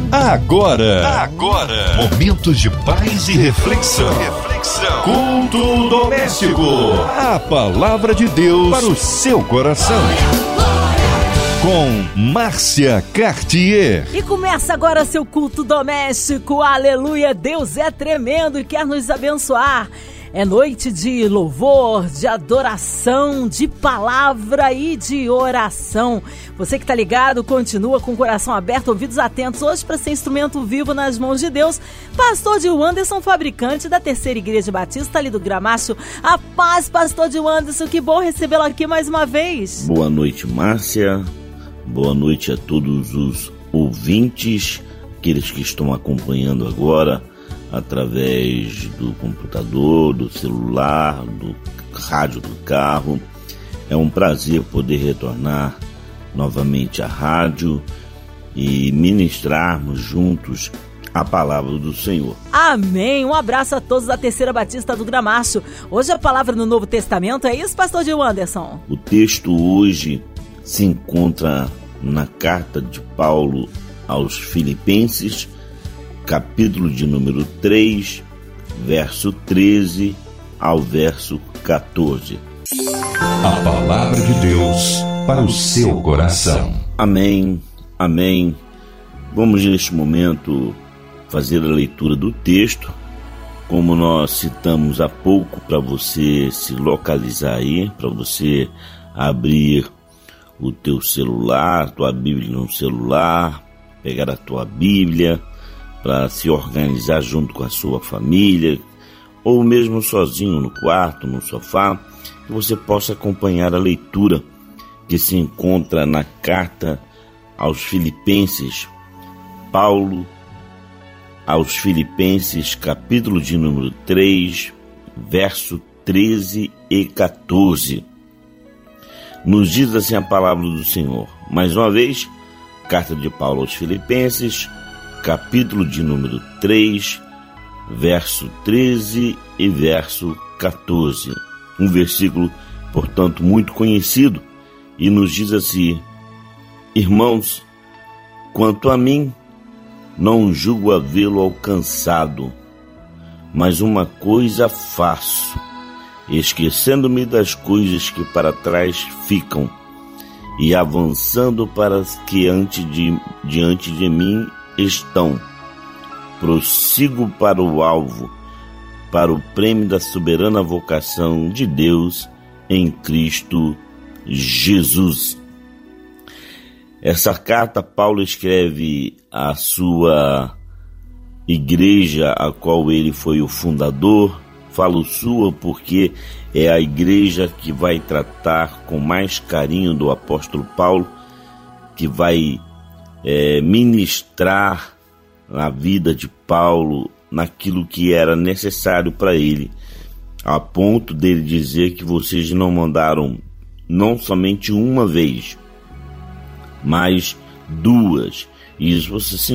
Agora, momentos de paz e reflexão. Culto doméstico. A palavra de Deus para o seu coração. Com Márcia Cartier. E começa agora seu culto doméstico. Aleluia, Deus é tremendo e quer nos abençoar. É noite de louvor, de adoração, de palavra e de oração. Você que está ligado, continua com o coração aberto, ouvidos atentos. Hoje, para ser instrumento vivo nas mãos de Deus, pastor Gil Anderson, fabricante da Terceira Igreja Batista ali do Gramacho. A paz, pastor Gil Anderson, que bom recebê-lo aqui mais uma vez. Boa noite, Márcia. Boa noite a todos os ouvintes, aqueles que estão acompanhando agora através do computador, do celular, do rádio do carro. É um prazer poder retornar novamente à rádio e ministrarmos juntos a palavra do Senhor. Amém! Um abraço a todos da Terceira Batista do Gramacho. Hoje a palavra no Novo Testamento, é isso, pastor Gil Anderson? O texto hoje se encontra na carta de Paulo aos Filipenses, capítulo de número 3, verso 13 ao verso 14. A palavra de Deus para o seu coração. Amém, amém. Vamos neste momento fazer a leitura do texto, como nós citamos há pouco, para você se localizar aí, para você abrir o teu celular, tua Bíblia no celular, pegar a tua Bíblia, para se organizar junto com a sua família, ou mesmo sozinho no quarto, no sofá, que você possa acompanhar a leitura que se encontra na carta aos Filipenses. Paulo aos Filipenses, capítulo de número 3, verso 13 e 14. Nos diz assim a palavra do Senhor. Mais uma vez, carta de Paulo aos Filipenses, capítulo de número 3, verso 13 e verso 14. Um versículo, portanto, muito conhecido, e nos diz assim: Irmãos, quanto a mim, não julgo havê-lo alcançado, mas uma coisa faço, esquecendo-me das coisas que para trás ficam, e avançando para as que diante de mim estão, prossigo para o alvo, para o prêmio da soberana vocação de Deus em Cristo Jesus. Essa carta Paulo escreve à sua igreja, a qual ele foi o fundador. Falo sua porque é a igreja que vai tratar com mais carinho do apóstolo Paulo, que vai ministrar na vida de Paulo, naquilo que era necessário para ele, a ponto dele dizer que vocês não mandaram não somente uma vez, mas duas. Isso você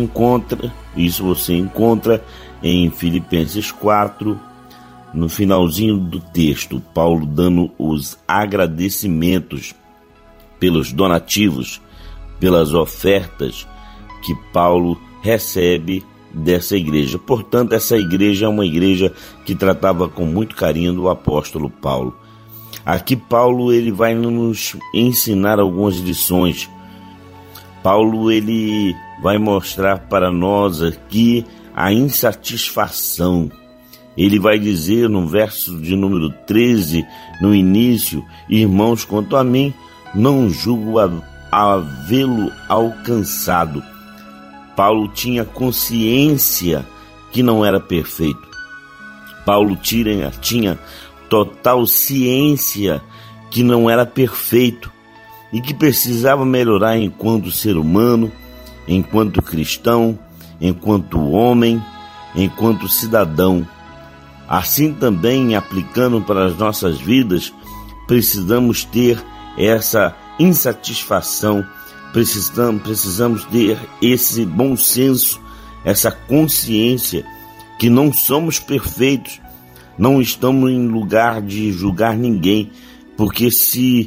encontra em Filipenses 4, no finalzinho do texto, Paulo dando os agradecimentos pelos donativos, pelas ofertas que Paulo recebe dessa igreja. Portanto, essa igreja é uma igreja que tratava com muito carinho do apóstolo Paulo. Aqui Paulo ele vai nos ensinar algumas lições. Paulo ele vai mostrar para nós aqui a insatisfação. Ele vai dizer no verso de número 13, no início: Irmãos, quanto a mim, não julgo havê-lo alcançado. Paulo tinha consciência que não era perfeito. Paulo tinha total ciência que não era perfeito e que precisava melhorar enquanto ser humano, enquanto cristão, enquanto homem, enquanto cidadão. Assim também, aplicando para as nossas vidas, precisamos ter essa insatisfação, precisamos ter esse bom senso, essa consciência que não somos perfeitos, não estamos em lugar de julgar ninguém, porque se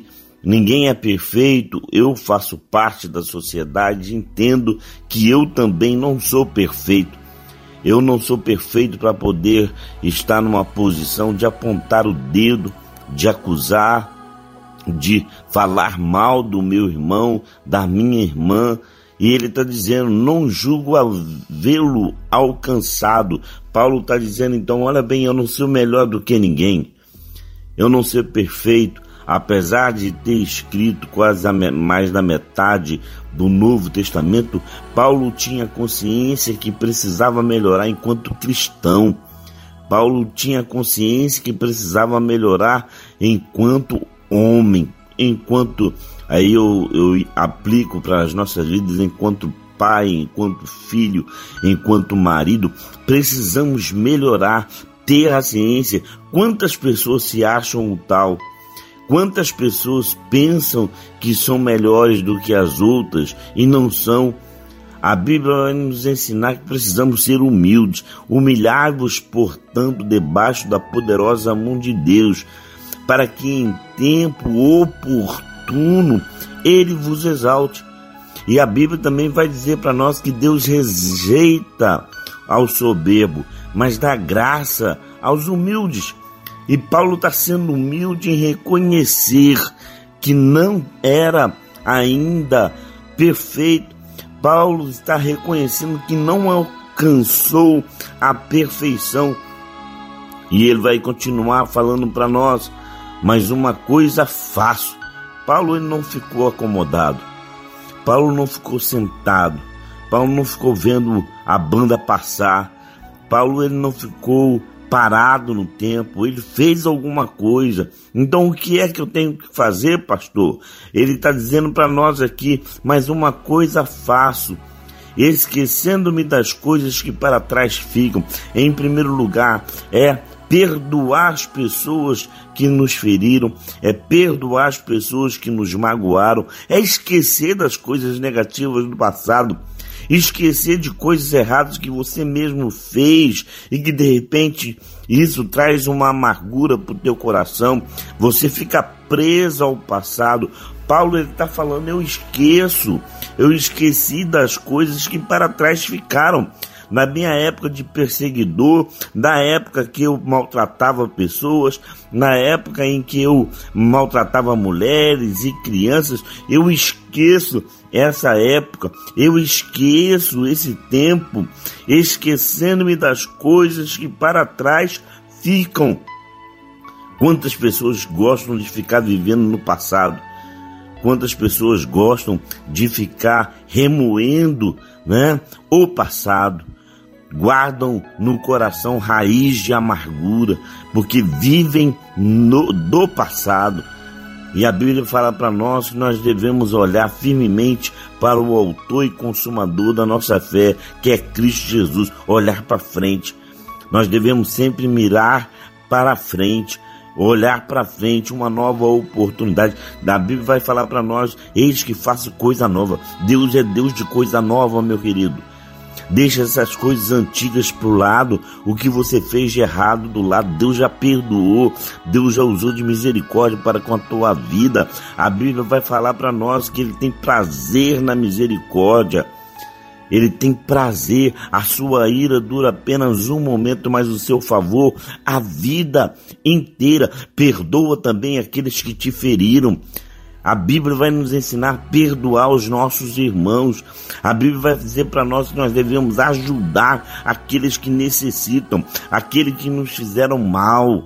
ninguém é perfeito, eu faço parte da sociedade, entendo que eu também não sou perfeito. Eu não sou perfeito para poder estar numa posição de apontar o dedo, de acusar, de falar mal do meu irmão, da minha irmã. E ele está dizendo, não julgo havê-lo alcançado. Paulo está dizendo, então, olha bem, eu não sou melhor do que ninguém. Eu não sou perfeito, apesar de ter escrito quase mais da metade do Novo Testamento. Paulo tinha consciência que precisava melhorar enquanto cristão. Paulo tinha consciência que precisava melhorar enquanto homem, enquanto, aí eu aplico para as nossas vidas, enquanto pai, enquanto filho, enquanto marido, precisamos melhorar, ter a ciência. Quantas pessoas se acham o tal? Quantas pessoas pensam que são melhores do que as outras e não são? A Bíblia vai nos ensinar que precisamos ser humildes. Humilhar-vos, portanto, debaixo da poderosa mão de Deus, para que em tempo oportuno Ele vos exalte. E a Bíblia também vai dizer para nós que Deus rejeita ao soberbo, mas dá graça aos humildes. E Paulo está sendo humilde em reconhecer que não era ainda perfeito. Paulo está reconhecendo que não alcançou a perfeição. E ele vai continuar falando para nós, mas uma coisa faço. Paulo ele não ficou acomodado. Paulo não ficou sentado. Paulo não ficou vendo a banda passar. Paulo ele não ficou parado no tempo, ele fez alguma coisa. Então o que é que eu tenho que fazer, pastor? Ele está dizendo para nós aqui, mas uma coisa faço, esquecendo-me das coisas que para trás ficam. Em primeiro lugar, é perdoar as pessoas que nos feriram, é perdoar as pessoas que nos magoaram, é esquecer das coisas negativas do passado, esquecer de coisas erradas que você mesmo fez e que de repente isso traz uma amargura para o teu coração, você fica preso ao passado. Paulo está falando, eu esqueci das coisas que para trás ficaram. Na minha época de perseguidor, na época que eu maltratava pessoas, na época em que eu maltratava mulheres e crianças, eu esqueço essa época, eu esqueço esse tempo, esquecendo-me das coisas que para trás ficam. Quantas pessoas gostam de ficar vivendo no passado? Quantas pessoas gostam de ficar remoendo, o passado? Guardam no coração raiz de amargura, porque vivem do passado. E a Bíblia fala para nós que nós devemos olhar firmemente para o autor e consumador da nossa fé, que é Cristo Jesus, olhar para frente. Nós devemos sempre mirar para frente, olhar para frente, uma nova oportunidade. A Bíblia vai falar para nós, eis que faço coisa nova. Deus é Deus de coisa nova, meu querido. Deixa essas coisas antigas pro lado, o que você fez de errado do lado. Deus já perdoou, Deus já usou de misericórdia para com a tua vida. A Bíblia vai falar para nós que Ele tem prazer na misericórdia. Ele tem prazer, a sua ira dura apenas um momento, mas o seu favor, a vida inteira. Perdoa também aqueles que te feriram. A Bíblia vai nos ensinar a perdoar os nossos irmãos. A Bíblia vai dizer para nós que nós devemos ajudar aqueles que necessitam, aqueles que nos fizeram mal,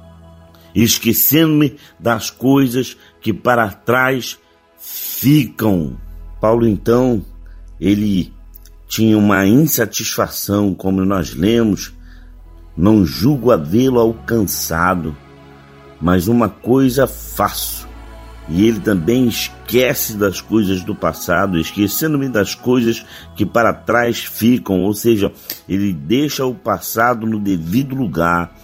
esquecendo-me das coisas que para trás ficam. Paulo, então, ele tinha uma insatisfação, como nós lemos, não julgo havê-lo alcançado, mas uma coisa faço. E ele também esquece das coisas do passado, esquecendo-me das coisas que para trás ficam, ou seja, ele deixa o passado no devido lugar.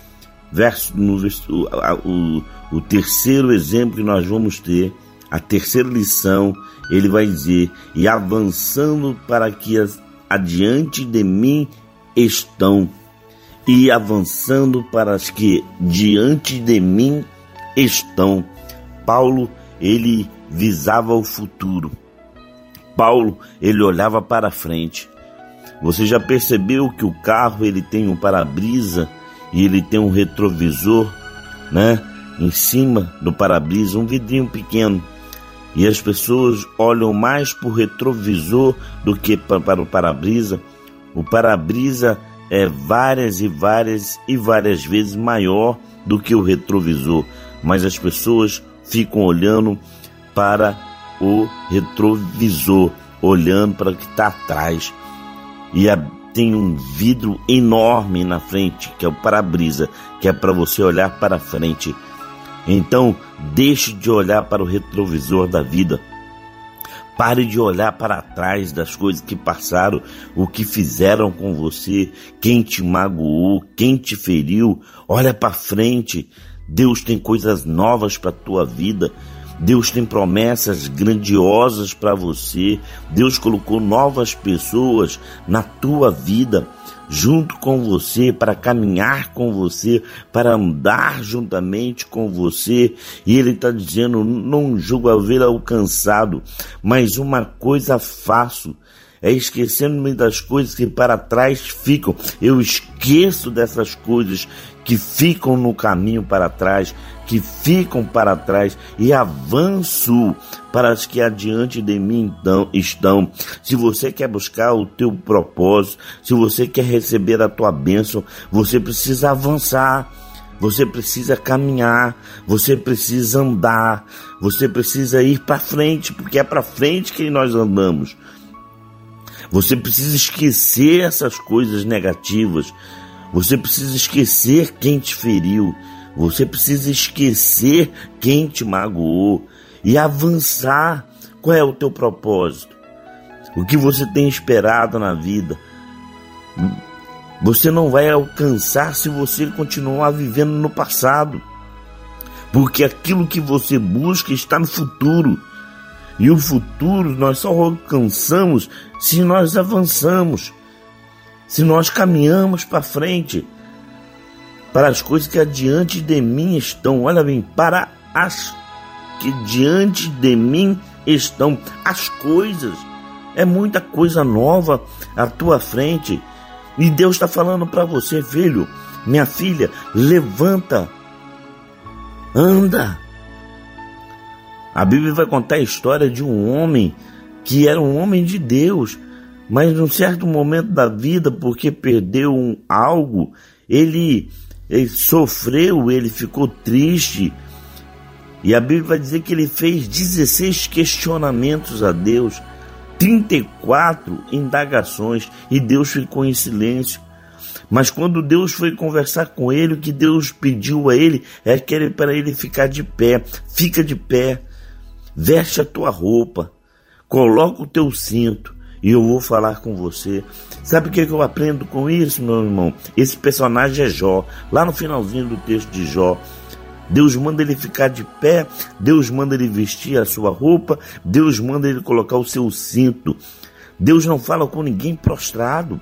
O terceiro exemplo que nós vamos ter, a terceira lição, ele vai dizer, e avançando para que adiante de mim estão, e avançando para as que diante de mim estão. Paulo, ele visava o futuro. Paulo, ele olhava para frente. Você já percebeu que o carro, ele tem um para-brisa e ele tem um retrovisor, né? Em cima do para-brisa, um vidrinho pequeno. E as pessoas olham mais para o retrovisor do que para o para-brisa. O para-brisa é várias vezes maior do que o retrovisor, mas as pessoas ficam olhando para o retrovisor, olhando para o que está atrás. E tem um vidro enorme na frente, que é o para-brisa, que é para você olhar para frente. Então, deixe de olhar para o retrovisor da vida. Pare de olhar para trás das coisas que passaram, o que fizeram com você, quem te magoou, quem te feriu. Olha para frente. Deus tem coisas novas para a tua vida. Deus tem promessas grandiosas para você. Deus colocou novas pessoas na tua vida, junto com você, para caminhar com você, para andar juntamente com você. E Ele está dizendo: não julgo haver alcançado, mas uma coisa faço, é esquecendo-me das coisas que para trás ficam. Eu esqueço dessas coisas que ficam no caminho para trás, que ficam para trás, e avanço para as que adiante de mim estão. Se você quer buscar o teu propósito, se você quer receber a tua bênção, você precisa avançar. Você precisa caminhar, você precisa andar, você precisa ir para frente, porque é para frente que nós andamos. Você precisa esquecer essas coisas negativas. Você precisa esquecer quem te feriu. Você precisa esquecer quem te magoou e avançar. Qual é o teu propósito? O que você tem esperado na vida? Você não vai alcançar se você continuar vivendo no passado. Porque aquilo que você busca está no futuro. E o futuro nós só alcançamos se nós avançamos, se nós caminhamos para frente, para as coisas que adiante de mim estão. Olha bem, para as que diante de mim estão. As coisas, é muita coisa nova à tua frente. E Deus está falando para você: filho, minha filha, levanta, anda. A Bíblia vai contar a história de um homem que era um homem de Deus, mas num certo momento da vida, porque perdeu algo, ele sofreu, ele ficou triste. E a Bíblia vai dizer que ele fez 16 questionamentos a Deus, 34 indagações, e Deus ficou em silêncio. Mas quando Deus foi conversar com ele, o que Deus pediu a ele é que para ele ficar de pé. Fica de pé, veste a tua roupa, coloca o teu cinto e eu vou falar com você. Sabe o que eu aprendo com isso, meu irmão? Esse personagem é Jó. Lá no finalzinho do texto de Jó, Deus manda ele ficar de pé, Deus manda ele vestir a sua roupa, Deus manda ele colocar o seu cinto. Deus não fala com ninguém prostrado.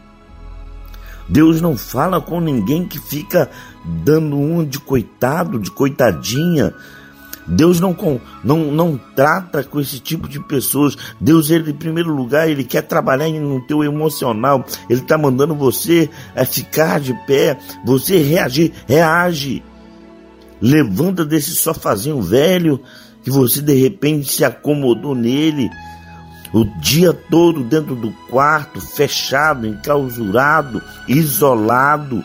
Deus não fala com ninguém que fica dando um de coitado, de coitadinha. Deus não trata com esse tipo de pessoas. Deus, ele, em primeiro lugar, ele quer trabalhar no teu emocional. Ele está mandando você ficar de pé, você reage. Levanta desse sofazinho velho que você de repente se acomodou nele. O dia todo dentro do quarto, fechado, enclausurado, isolado.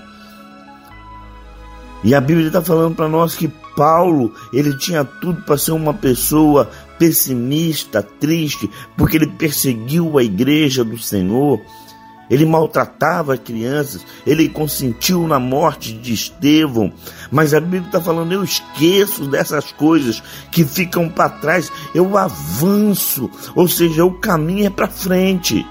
E a Bíblia está falando para nós que Paulo, ele tinha tudo para ser uma pessoa pessimista, triste, porque ele perseguiu a igreja do Senhor, ele maltratava crianças, ele consentiu na morte de Estevão. Mas a Bíblia está falando: eu esqueço dessas coisas que ficam para trás, eu avanço, ou seja, o caminho é para frente.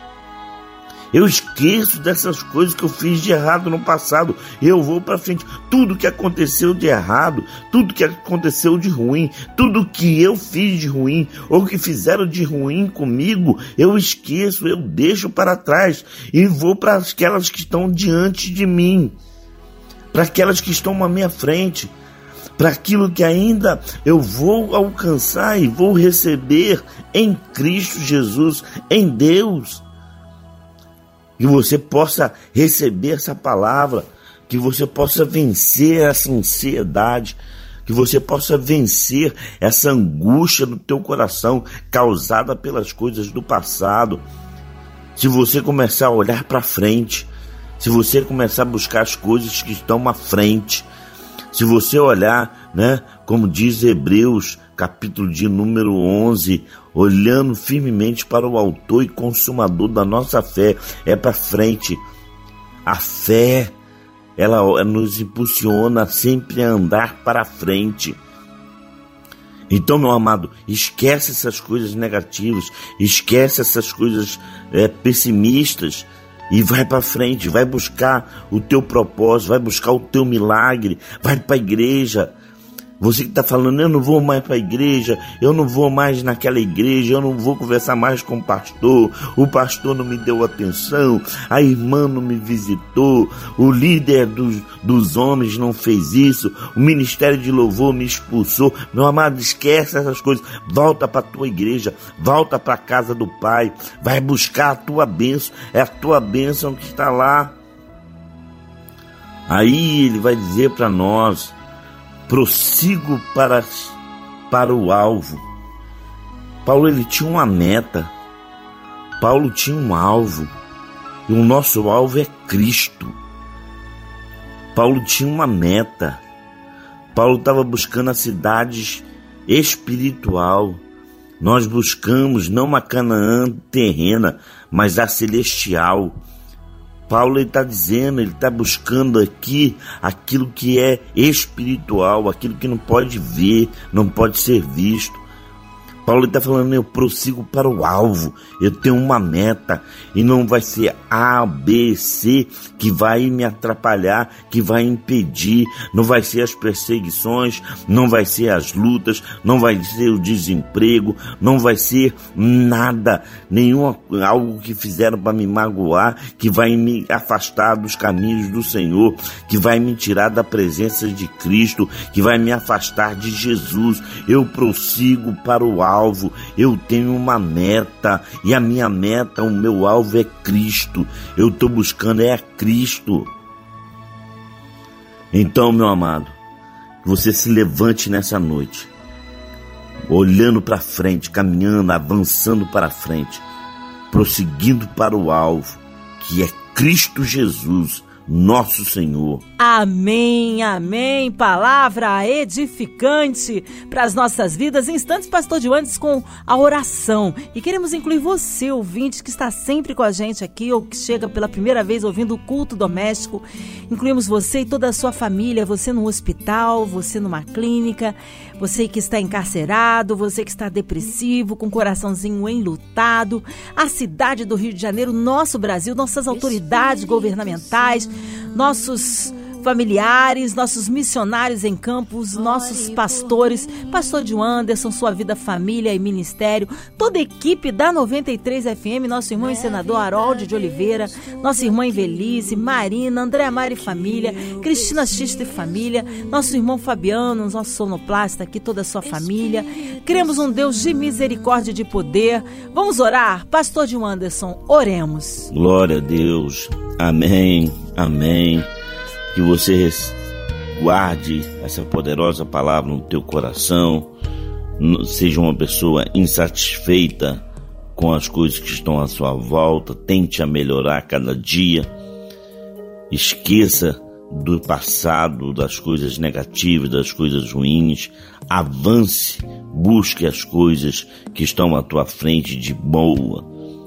Eu esqueço dessas coisas que eu fiz de errado no passado. Eu vou para frente. Tudo que aconteceu de errado, tudo que aconteceu de ruim, tudo que eu fiz de ruim, ou que fizeram de ruim comigo, eu esqueço, eu deixo para trás e vou para aquelas que estão diante de mim, para aquelas que estão à minha frente. para aquilo que ainda eu vou alcançar e vou receber em Cristo Jesus, em Deus. Que você possa receber essa palavra, que você possa vencer essa ansiedade, que você possa vencer essa angústia no teu coração causada pelas coisas do passado. Se você começar a olhar para frente, se você começar a buscar as coisas que estão à frente, se você olhar, como diz Hebreus, capítulo de número 11, olhando firmemente para o autor e consumador da nossa fé, é para frente. A fé, ela nos impulsiona sempre a andar para frente. Então, meu amado, esquece essas coisas negativas, esquece essas coisas pessimistas e vai para frente, vai buscar o teu propósito, vai buscar o teu milagre, vai para a igreja. Você que está falando, eu não vou mais para a igreja, eu não vou mais naquela igreja, eu não vou conversar mais com o pastor não me deu atenção, a irmã não me visitou, o líder dos homens não fez isso, o ministério de louvor me expulsou. Meu amado, esquece essas coisas, volta para a tua igreja, volta para a casa do Pai, vai buscar a tua bênção, é a tua bênção que está lá. Aí ele vai dizer para nós: prossigo para o alvo. Paulo, ele tinha uma meta. Paulo tinha um alvo. E o nosso alvo é Cristo. Paulo tinha uma meta. Paulo estava buscando a cidade espiritual. Nós buscamos não a Canaã terrena, mas a celestial. Paulo está dizendo, ele está buscando aqui aquilo que é espiritual, aquilo que não pode ver, não pode ser visto. Paulo está falando, eu prossigo para o alvo, eu tenho uma meta, e não vai ser A, B, C que vai me atrapalhar, que vai impedir, não vai ser as perseguições, não vai ser as lutas, não vai ser o desemprego, não vai ser nada, algo que fizeram para me magoar, que vai me afastar dos caminhos do Senhor, que vai me tirar da presença de Cristo, que vai me afastar de Jesus. Eu prossigo para o alvo, eu tenho uma meta, e a minha meta, o meu alvo é Cristo. Eu estou buscando é a Cristo. Então, meu amado, que você se levante nessa noite, olhando para frente, caminhando, avançando para frente, prosseguindo para o alvo, que é Cristo Jesus, nosso Senhor. Amém, amém. Palavra edificante para as nossas vidas. Em instantes, pastor Joandes com a oração. E queremos incluir você, ouvinte, que está sempre com a gente aqui, ou que chega pela primeira vez ouvindo o culto doméstico. Incluímos você e toda a sua família, você no hospital, você numa clínica, você que está encarcerado, você que está depressivo, com o coraçãozinho enlutado, a cidade do Rio de Janeiro, nosso Brasil, nossas autoridades governamentais, nossos familiares, nossos missionários em campos, nossos pastores, pastor Joanderson, sua vida, família e ministério, toda a equipe da 93 FM, nosso irmão e senador Harold de Oliveira, nossa irmã Invelice, Marina, Andréa Mari e família, Cristina Xista e família, nosso irmão Fabiano, nosso sonoplasta aqui, toda a sua família. Queremos um Deus de misericórdia e de poder. Vamos orar? Pastor Joanderson, oremos. Glória a Deus. Amém, amém. Que você guarde essa poderosa palavra no teu coração, seja uma pessoa insatisfeita com as coisas que estão à sua volta, tente a melhorar cada dia, esqueça do passado, das coisas negativas, das coisas ruins, avance, busque as coisas que estão à tua frente de bom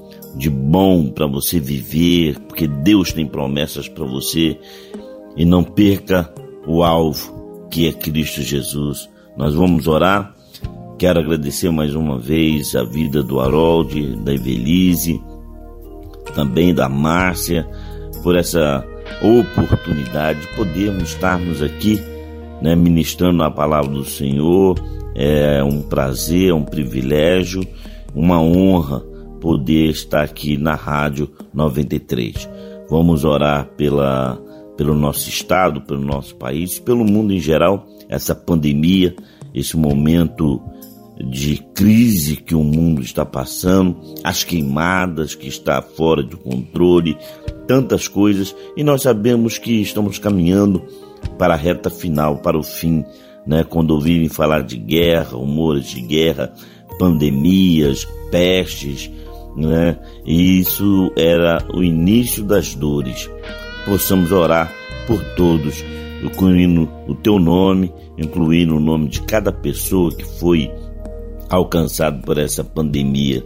para você viver, porque Deus tem promessas para você. E não perca o alvo, que é Cristo Jesus. Nós vamos orar. Quero agradecer mais uma vez a vida do Harold, da Invelice, também da Márcia, por essa oportunidade de podermos estarmos aqui, ministrando a palavra do Senhor. É um prazer, é um privilégio, uma honra poder estar aqui na Rádio 93. Vamos orar pela pelo nosso estado, pelo nosso país, pelo mundo em geral, essa pandemia, esse momento de crise que o mundo está passando, as queimadas que está fora de controle, tantas coisas, e nós sabemos que estamos caminhando para a reta final, para o fim, né? Quando ouvirem falar de guerra, rumores de guerra, pandemias, pestes, né? E isso era o início das dores. Possamos orar por todos, incluindo o teu nome, incluindo o nome de cada pessoa que foi alcançado por essa pandemia.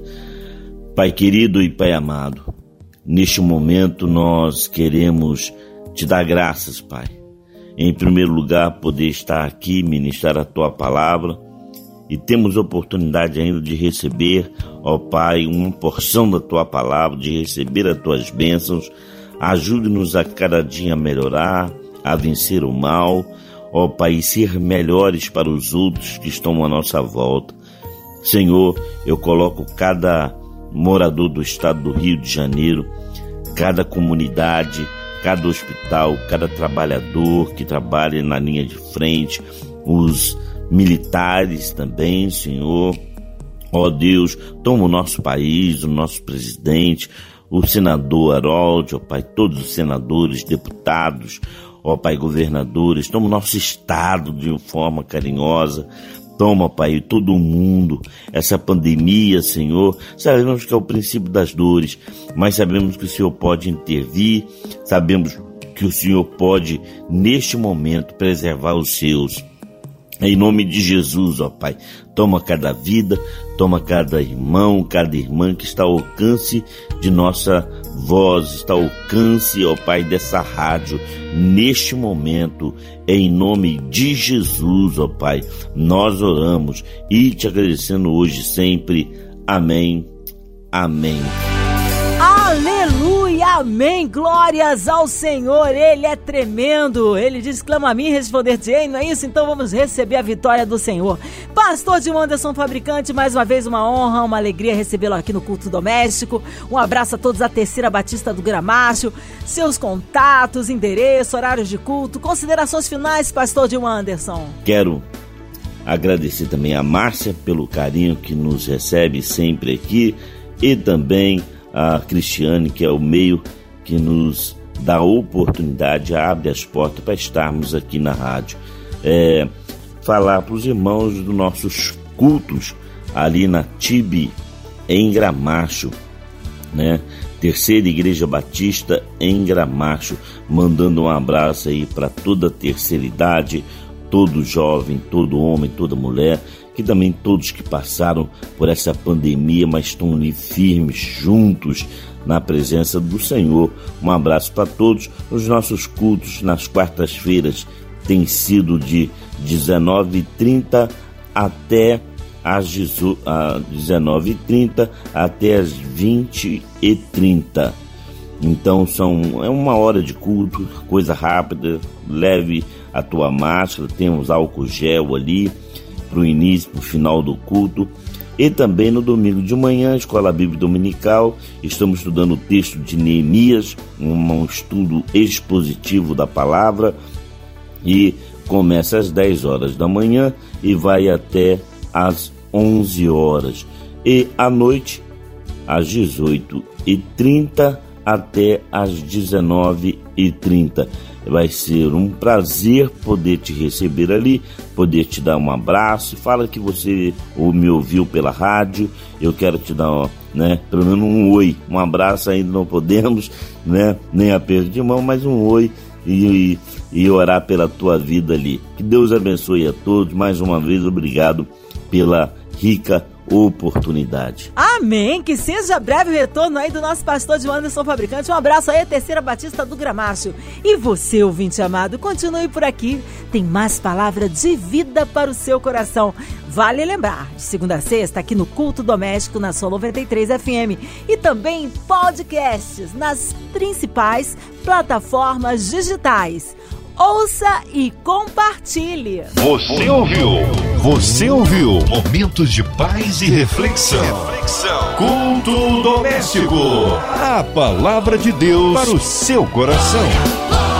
Pai querido e Pai amado, neste momento nós queremos te dar graças, Pai. Em primeiro lugar, poder estar aqui, ministrar a tua palavra, e temos oportunidade ainda de receber, ó Pai, uma porção da tua palavra, de receber as tuas bênçãos. Ajude-nos a cada dia a melhorar, a vencer o mal, ó Pai, e ser melhores para os outros que estão à nossa volta. Senhor, eu coloco cada morador do estado do Rio de Janeiro, cada comunidade, cada hospital, cada trabalhador que trabalha na linha de frente, os militares também, Senhor. Ó Deus, toma o nosso país, o nosso presidente, o senador Harold, ó Pai, todos os senadores, deputados, ó Pai, governadores, toma o nosso estado de forma carinhosa. Toma, Pai, todo mundo, essa pandemia, Senhor, sabemos que é o princípio das dores, mas sabemos que o Senhor pode intervir, sabemos que o Senhor pode, neste momento, preservar os seus. Em nome de Jesus, ó Pai, toma cada vida, toma cada irmão, cada irmã que está ao alcance de nossa voz, está ao alcance, ó Pai, dessa rádio, neste momento, em nome de Jesus, ó Pai, nós oramos e te agradecendo hoje e sempre. Amém, amém. Aleluia, amém, glórias ao Senhor, Ele é tremendo. Ele diz, clama a mim, responder-te-ei, não é isso? Então vamos receber a vitória do Senhor. Pastor de Anderson Fabricante, mais uma vez uma honra, uma alegria recebê-lo aqui no Culto Doméstico. Um abraço a todos da Terceira Batista do Gramacho, seus contatos, endereço, horários de culto, considerações finais, Pastor de Anderson. Quero agradecer também a Márcia pelo carinho que nos recebe sempre aqui, e também a Cristiane, que é o meio que nos dá a oportunidade, abre as portas para estarmos aqui na rádio. Falar para os irmãos dos nossos cultos ali na TIB, em Gramacho, né? Terceira Igreja Batista em Gramacho, mandando um abraço aí para toda a terceira idade, todo jovem, todo homem, toda mulher, que também todos que passaram por essa pandemia, mas estão ali firmes, juntos, na presença do Senhor. Um abraço para todos. Os nossos cultos nas quartas-feiras têm sido de 19h30 até às 19h30 até às 20h30. Então é uma hora de culto, coisa rápida, leve a tua máscara, temos álcool gel ali para o início, para o final do culto. E também no domingo de manhã, Escola Bíblica Dominical, estamos estudando o texto de Neemias, um estudo expositivo da palavra, e começa às 10 horas da manhã e vai até às 11 horas. E à noite, às 18h30 até às 19h30. Vai ser um prazer poder te receber ali, poder te dar um abraço. Fala que você me ouviu pela rádio. Eu quero te dar, pelo menos um oi. Um abraço ainda não podemos, nem aperto de mão, mas um oi e orar pela tua vida ali. Que Deus abençoe a todos. Mais uma vez, obrigado pela rica oportunidade. Amém, que seja breve o retorno aí do nosso pastor de Anderson Fabricante. Um abraço aí, Terceira Batista do Gramacho. E você, ouvinte amado, continue por aqui, tem mais palavra de vida para o seu coração. Vale lembrar, de segunda a sexta, aqui no Culto Doméstico, na Sol 93 FM, e também podcasts nas principais plataformas digitais. Ouça e compartilhe. Você ouviu Momentos de Paz e Reflexão. Culto Doméstico. A palavra de Deus para o seu coração.